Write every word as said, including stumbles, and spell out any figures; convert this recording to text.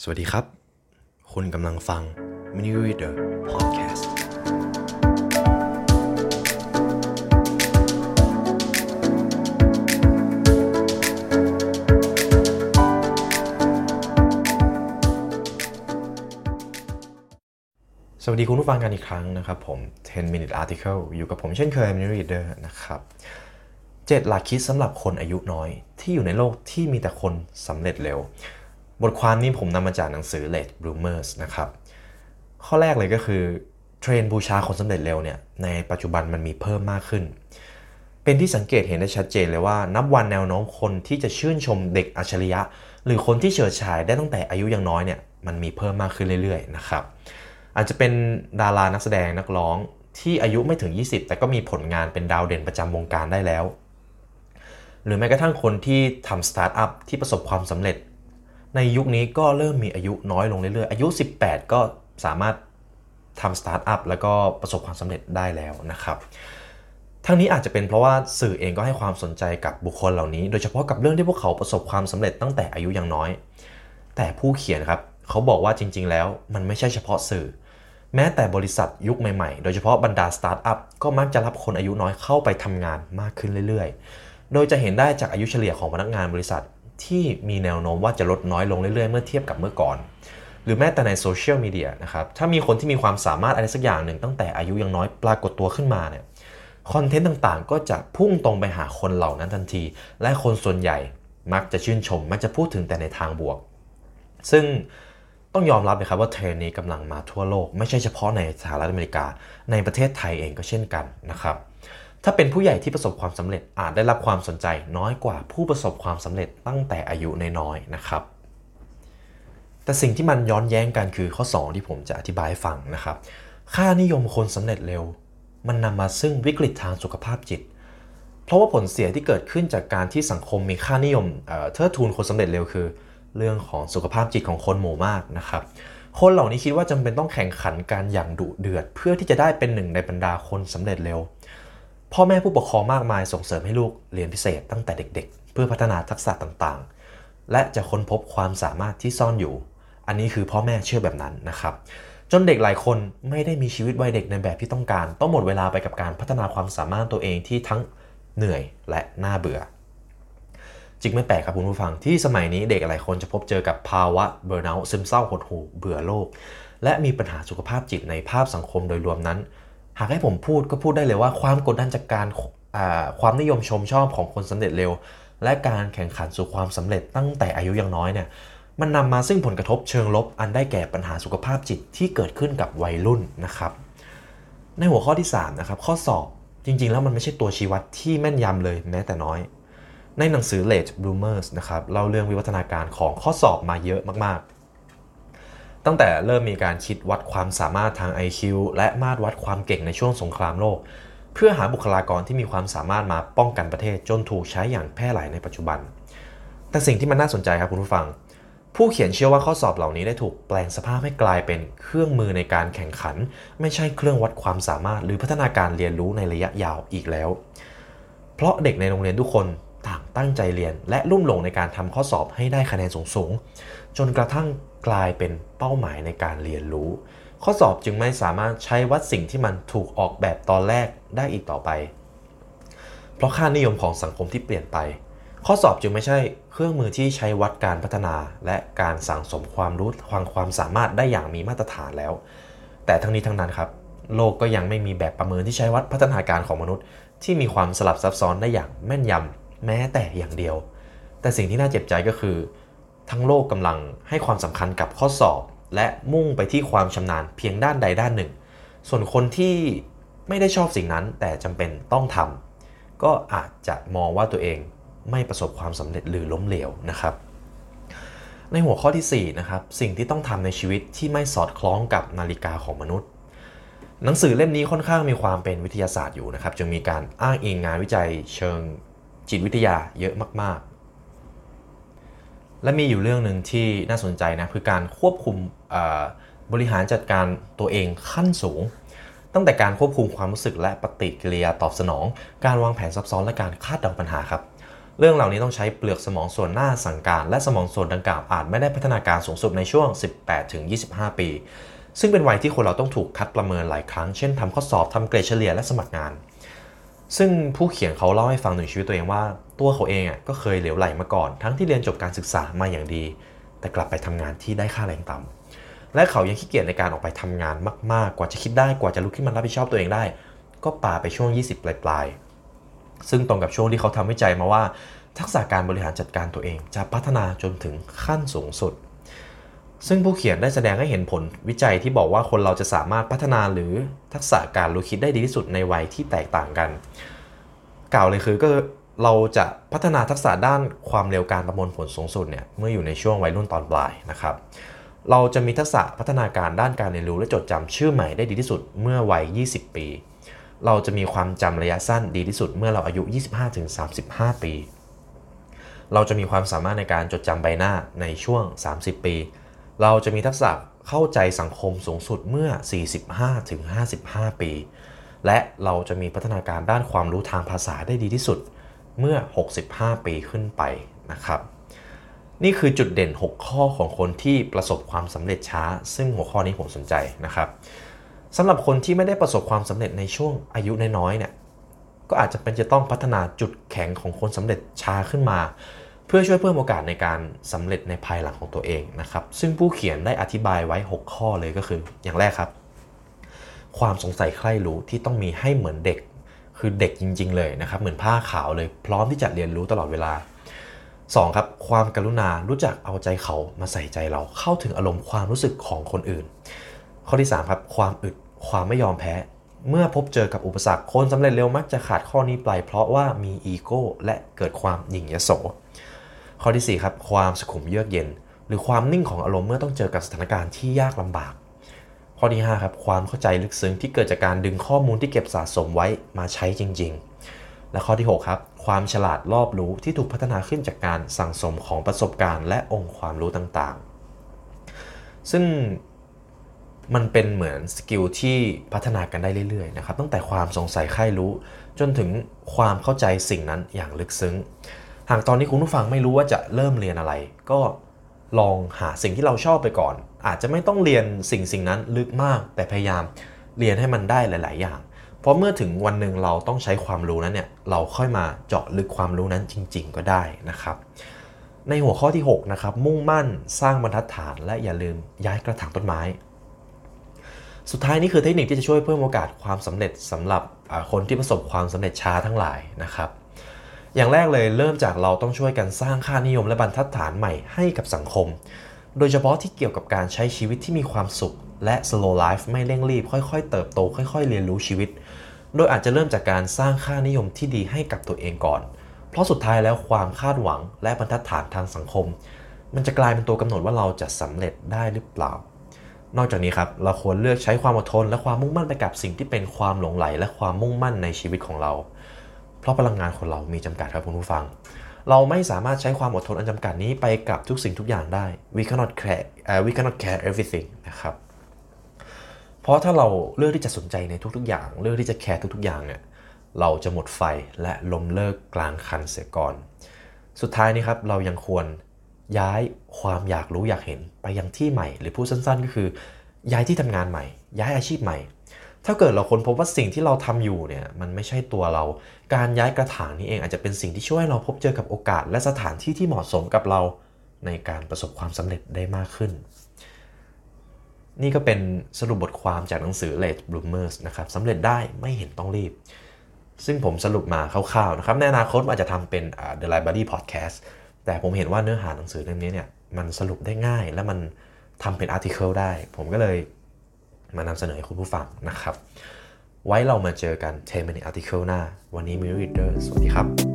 สวัสดีครับคุณกำลังฟัง Mini Reader Podcast สวัสดีคุณผู้ฟังกันอีกครั้งนะครับผมten minute article อยู่กับผมเช่นเคย Mini Reader นะครับเจ็ดหลักคิดสำหรับคนอายุน้อยที่อยู่ในโลกที่มีแต่คนสำเร็จเร็วบทความนี้ผมนำมาจากหนังสือ Late Bloomers นะครับข้อแรกเลยก็คือเทรนด์บูชาคนสำเร็จเร็วเนี่ยในปัจจุบันมันมีเพิ่มมากขึ้นเป็นที่สังเกตเห็นได้ชัดเจนเลยว่านับวันแนวโน้มคนที่จะชื่นชมเด็กอัจฉริยะหรือคนที่เฉิดฉายได้ตั้งแต่อายุยังน้อยเนี่ยมันมีเพิ่มมากขึ้นเรื่อยๆนะครับอาจจะเป็นดารานักแสดงนักร้องที่อายุไม่ถึงยี่สิบแต่ก็มีผลงานเป็นดาวเด่นประจำวงการได้แล้วหรือแม้กระทั่งคนที่ทำสตาร์ทอัพที่ประสบความสำเร็จในยุคนี้ก็เริ่มมีอายุน้อยลงเรื่อยๆอายุสิบแปดก็สามารถทำสตาร์ทอัพแล้วก็ประสบความสำเร็จได้แล้วนะครับทั้งนี้อาจจะเป็นเพราะว่าสื่อเองก็ให้ความสนใจกับบุคคลเหล่านี้โดยเฉพาะกับเรื่องที่พวกเขาประสบความสำเร็จตั้งแต่อายุยังน้อยแต่ผู้เขียนครับเขาบอกว่าจริงๆแล้วมันไม่ใช่เฉพาะสื่อแม้แต่บริษัทยุคใหม่ๆโดยเฉพาะบรรดาสตาร์ทอัพก็มักจะรับคนอายุน้อยเข้าไปทำงานมากขึ้นเรื่อยๆโดยจะเห็นได้จากอายุเฉลี่ยของพนักงานบริษัทที่มีแนวโน้มว่าจะลดน้อยลงเรื่อยๆเมื่อเทียบกับเมื่อก่อนหรือแม้แต่ในโซเชียลมีเดียนะครับถ้ามีคนที่มีความสามารถอะไรสักอย่างหนึ่งตั้งแต่อายุยังน้อยปรากฏตัวขึ้นมาเนี่ยคอนเทนต์ต่างๆก็จะพุ่งตรงไปหาคนเหล่านั้นทันทีและคนส่วนใหญ่มักจะชื่นชมมักจะพูดถึงแต่ในทางบวกซึ่งต้องยอมรับเลยครับว่าเทรนด์นี้กำลังมาทั่วโลกไม่ใช่เฉพาะในสหรัฐอเมริกาในประเทศไทยเองก็เช่นกันนะครับถ้าเป็นผู้ใหญ่ที่ประสบความสำเร็จอาจได้รับความสนใจน้อยกว่าผู้ประสบความสำเร็จตั้งแต่อายุน้อยๆนะครับแต่สิ่งที่มันย้อนแย้งกันคือข้อสองที่ผมจะอธิบายให้ฟังนะครับค่านิยมคนสำเร็จเร็วมันนำมาซึ่งวิกฤตทางสุขภาพจิตเพราะว่าผลเสียที่เกิดขึ้นจากการที่สังคมมีค่านิยมเทิดทูนคนสำเร็จเร็วคือเรื่องของสุขภาพจิตของคนหมู่มากนะครับคนเหล่านี้คิดว่าจำเป็นต้องแข่งขันกันอย่างดุเดือดเพื่อที่จะได้เป็นหนึ่งในบรรดาคนสำเร็จเร็วพ่อแม่ผู้ปกครองมากมายส่งเสริมให้ลูกเรียนพิเศษตั้งแต่เด็กๆเพื่อพัฒนาทักษะต่างๆและจะค้นพบความสามารถที่ซ่อนอยู่อันนี้คือพ่อแม่เชื่อแบบนั้นนะครับจนเด็กหลายคนไม่ได้มีชีวิตวัยเด็กในแบบที่ต้องการต้องหมดเวลาไปกับการพัฒนาความสามารถตัวเองที่ทั้งเหนื่อยและน่าเบื่อจริงไม่แปลกครับคุณผู้ฟังที่สมัยนี้เด็กหลายคนจะพบเจอกับภาวะเบิร์นเอาท์ซึมเศร้าหดหู่เบื่อโลกและมีปัญหาสุขภาพจิตในภาพสังคมโดยรวมนั้นหากให้ผมพูดก็พูดได้เลยว่าความกดดันจากการความนิยมชมชอบของคนสำเร็จเร็วและการแข่งขันสู่ความสำเร็จตั้งแต่อายุยังน้อยเนี่ยมันนำมาซึ่งผลกระทบเชิงลบอันได้แก่ปัญหาสุขภาพจิตที่เกิดขึ้นกับวัยรุ่นนะครับในหัวข้อที่สามนะครับข้อสอบจริงๆแล้วมันไม่ใช่ตัวชี้วัดที่แม่นยำเลยแม้แต่น้อยในหนังสือ Late Bloomers นะครับเล่าเรื่องวิวัฒนาการของข้อสอบมาเยอะมากๆตั้งแต่เริ่มมีการคิดวัดความสามารถทาง ไอ คิว และมาตรวัดความเก่งในช่วงสงครามโลกเพื่อหาบุคลากรที่มีความสามารถมาป้องกันประเทศจนถูกใช้อย่างแพร่หลายในปัจจุบันแต่สิ่งที่มันน่าสนใจครับคุณผู้ฟังผู้เขียนเชื่อว่าข้อสอบเหล่านี้ได้ถูกแปลงสภาพให้กลายเป็นเครื่องมือในการแข่งขันไม่ใช่เครื่องวัดความสามารถหรือพัฒนาการเรียนรู้ในระยะยาวอีกแล้วเพราะเด็กในโรงเรียนทุกคนต่างตั้งใจเรียนและลุ่มหลงในการทำข้อสอบให้ได้คะแนนสูงๆจนกระทั่งกลายเป็นเป้าหมายในการเรียนรู้ข้อสอบจึงไม่สามารถใช้วัดสิ่งที่มันถูกออกแบบตอนแรกได้อีกต่อไปเพราะค่านิยมของสังคมที่เปลี่ยนไปข้อสอบจึงไม่ใช่เครื่องมือที่ใช้วัดการพัฒนาและการสั่งสมความรู้ความความสามารถได้อย่างมีมาตรฐานแล้วแต่ทั้งนี้ทั้งนั้นครับโลกก็ยังไม่มีแบบประเมินที่ใช้วัดพัฒนาการของมนุษย์ที่มีความสลับซับซ้อนได้อย่างแม่นยำแม้แต่อย่างเดียวแต่สิ่งที่น่าเจ็บใจก็คือทั้งโลกกำลังให้ความสำคัญกับข้อสอบและมุ่งไปที่ความชำนาญเพียงด้านใดด้านหนึ่งส่วนคนที่ไม่ได้ชอบสิ่งนั้นแต่จำเป็นต้องทำก็อาจจะมองว่าตัวเองไม่ประสบความสำเร็จหรือล้มเหลวนะครับในหัวข้อที่สี่นะครับสิ่งที่ต้องทำในชีวิตที่ไม่สอดคล้องกับนาฬิกาของมนุษย์หนังสือเล่มนี้ค่อนข้างมีความเป็นวิทยาศาสตร์อยู่นะครับจึงมีการอ้างอิงงานวิจัยเชิงจิตวิทยาเยอะมากๆและมีอยู่เรื่องหนึ่งที่น่าสนใจนะคือการควบคุมบริหารจัดการตัวเองขั้นสูงตั้งแต่การควบคุมความรู้สึกและปฏิกิริยาตอบสนองการวางแผนซับซ้อนและการคาดเดาปัญหาครับเรื่องเหล่านี้ต้องใช้เปลือกสมองส่วนหน้าสั่งการและสมองส่วนดังกล่าวอาจไม่ได้พัฒนาการสูงสุดในช่วง สิบแปดถึงยี่สิบห้า ปีซึ่งเป็นวัยที่คนเราต้องถูกคัดประเมินหลายครั้งเช่นทำข้อสอบทำเกรดเฉลี่ยและสมัครงานซึ่งผู้เขียนเขาเล่าให้ฟังถึงชีวิตตัวเองว่าตัวเขาเองอ่ะก็เคยเหลวไหลมาก่อนทั้งที่เรียนจบการศึกษามาอย่างดีแต่กลับไปทำงานที่ได้ค่าแรงต่ำและเขายังขี้เกียจในการออกไปทำงานมากๆกว่าจะคิดได้กว่าจะลุกขึ้นมารับผิดชอบตัวเองได้ก็ป่าไปช่วงยี่สิบปลายๆซึ่งตรงกับช่วงที่เขาทำวิจัยมาว่าทักษะการบริหารจัดการตัวเองจะพัฒนาจนถึงขั้นสูงสุดซึ่งผู้เขียนได้แสดงให้เห็นผลวิจัยที่บอกว่าคนเราจะสามารถพัฒนาหรือทักษะการรู้คิดได้ดีที่สุดในวัยที่แตกต่างกันกล่าวเลยคือก็เราจะพัฒนาทักษะด้านความเร็วการประมวลผลสูงสุดเนี่ยเมื่ออยู่ในช่วงวัยรุ่นตอนปลายนะครับเราจะมีทักษะพัฒนาการด้านการเรียนรู้และจดจำชื่อใหม่ได้ดีที่สุดเมื่อวัยยี่สิบปีเราจะมีความจำระยะสั้นดีที่สุดเมื่อเราอายุ ยี่สิบห้าถึงสามสิบห้า ปีเราจะมีความสามารถในการจดจำใบหน้าในช่วงสามสิบปีเราจะมีทักษะเข้าใจสังคมสูงสุดเมื่อ สี่สิบห้าถึงห้าสิบห้า ปีและเราจะมีพัฒนาการด้านความรู้ทางภาษาได้ดีที่สุดเมื่อหกสิบห้าปีขึ้นไปนะครับนี่คือจุดเด่นหกข้อของคนที่ประสบความสำเร็จช้าซึ่งหัวข้อนี้ผมสนใจนะครับสำหรับคนที่ไม่ได้ประสบความสำเร็จในช่วงอายุน้อยๆเนี่ยก็อาจจะเป็นจะต้องพัฒนาจุดแข็งของคนสำเร็จช้าขึ้นมาเพื่อช่วยเพิ่มโอกาสในการสำเร็จในภายหลังของตัวเองนะครับซึ่งผู้เขียนได้อธิบายไว้หกข้อเลยก็คืออย่างแรกครับความสงสัยใคร่รู้ที่ต้องมีให้เหมือนเด็กคือเด็กจริงๆเลยนะครับเหมือนผ้าขาวเลยพร้อมที่จะเรียนรู้ตลอดเวลาสองครับความกรุณารู้จักเอาใจเขามาใส่ใจเราเข้าถึงอารมณ์ความรู้สึกของคนอื่นข้อที่สามครับความอึดความไม่ยอมแพ้เมื่อพบเจอกับอุปสรรคคนสำเร็จเร็วมักจะขาดข้อนี้ไปเพราะว่ามีอีโก้และเกิดความหยิ่งยโสข้อที่สี่ครับความสุขุมเยือกเย็นหรือความนิ่งของอารมณ์เมื่อต้องเจอกับสถานการณ์ที่ยากลำบากข้อที่ห้าครับความเข้าใจลึกซึ้งที่เกิดจากการดึงข้อมูลที่เก็บสะสมไว้มาใช้จริงๆและข้อที่หกครับความฉลาดรอบรู้ที่ถูกพัฒนาขึ้นจากการสั่งสมของประสบการณ์และองค์ความรู้ต่างๆซึ่งมันเป็นเหมือนสกิลที่พัฒนากันได้เรื่อยๆนะครับตั้งแต่ความสงสัยใคร่รู้จนถึงความเข้าใจสิ่งนั้นอย่างลึกซึ้งหากตอนนี้คุณผู้ฟังไม่รู้ว่าจะเริ่มเรียนอะไรก็ลองหาสิ่งที่เราชอบไปก่อนอาจจะไม่ต้องเรียนสิ่งสิ่งนั้นลึกมากแต่พยายามเรียนให้มันได้หลายๆอย่างเพราะเมื่อถึงวันหนึ่งเราต้องใช้ความรู้นั้นเนี่ยเราค่อยมาเจาะลึกความรู้นั้นจริงๆก็ได้นะครับในหัวข้อที่หกนะครับมุ่งมั่นสร้างบรรทัดฐานและอย่าลืมย้ายกระถางต้นไม้สุดท้ายนี่คือเทคนิคที่จะช่วยเพิ่มโอกาสความสำเร็จสำหรับคนที่ประสบความสำเร็จช้าทั้งหลายนะครับอย่างแรกเลยเริ่มจากเราต้องช่วยกันสร้างค่านิยมและบรรทัดฐานใหม่ให้กับสังคมโดยเฉพาะที่เกี่ยวกับการใช้ชีวิตที่มีความสุขและ slow life ไม่เร่งรีบค่อยๆเติบโตค่อยๆเรียนรู้ชีวิตโดยอาจจะเริ่มจากการสร้างค่านิยมที่ดีให้กับตัวเองก่อนเพราะสุดท้ายแล้วความคาดหวังและบรรทัดฐานทางสังคมมันจะกลายเป็นตัวกำหนดว่าเราจะสำเร็จได้หรือเปล่านอกจากนี้ครับเราควรเลือกใช้ความอดทนและความมุ่งมั่นไปกับสิ่งที่เป็นความหลงใหลและความมุ่งมั่นในชีวิตของเราเพราะพลังงานคนเรามีจำกัดครับคุณผู้ฟังเราไม่สามารถใช้ความอดทนอันจำกัดนี้ไปกับทุกสิ่งทุกอย่างได้ we cannot care uh, we cannot care everything นะครับเพราะถ้าเราเลือกที่จะสนใจในทุกๆอย่างเลือกที่จะแคร์ทุกๆอย่างเนี่ยเราจะหมดไฟและล้มเลิกกลางคันเสียก่อนสุดท้ายนี้ครับเรายังควรย้ายความอยากรู้อยากเห็นไปยังที่ใหม่หรือพูดสั้นๆก็คือย้ายที่ทำงานใหม่ย้ายอาชีพใหม่ถ้าเกิดเราค้นพบว่าสิ่งที่เราทำอยู่เนี่ยมันไม่ใช่ตัวเราการย้ายกระถางนี้เองอาจจะเป็นสิ่งที่ช่วยให้เราพบเจอกับโอกาสและสถานที่ที่เหมาะสมกับเราในการประสบความสำเร็จได้มากขึ้นนี่ก็เป็นสรุปบทความจากหนังสือ Late Bloomers นะครับสำเร็จได้ไม่เห็นต้องรีบซึ่งผมสรุปมาคร่าวๆนะครับในอนาคตอาจจะทำเป็น The Library Podcast แต่ผมเห็นว่าเนื้อหาหนังสือเล่มนี้เนี่ยมันสรุปได้ง่ายและมันทำเป็นอาร์ติเคิลได้ผมก็เลยมานำเสนอให้คุณผู้ฟังนะครับไว้เรามาเจอกันสิบ minute article หน้าวันนี้ Mirror Reader สวัสดีครับ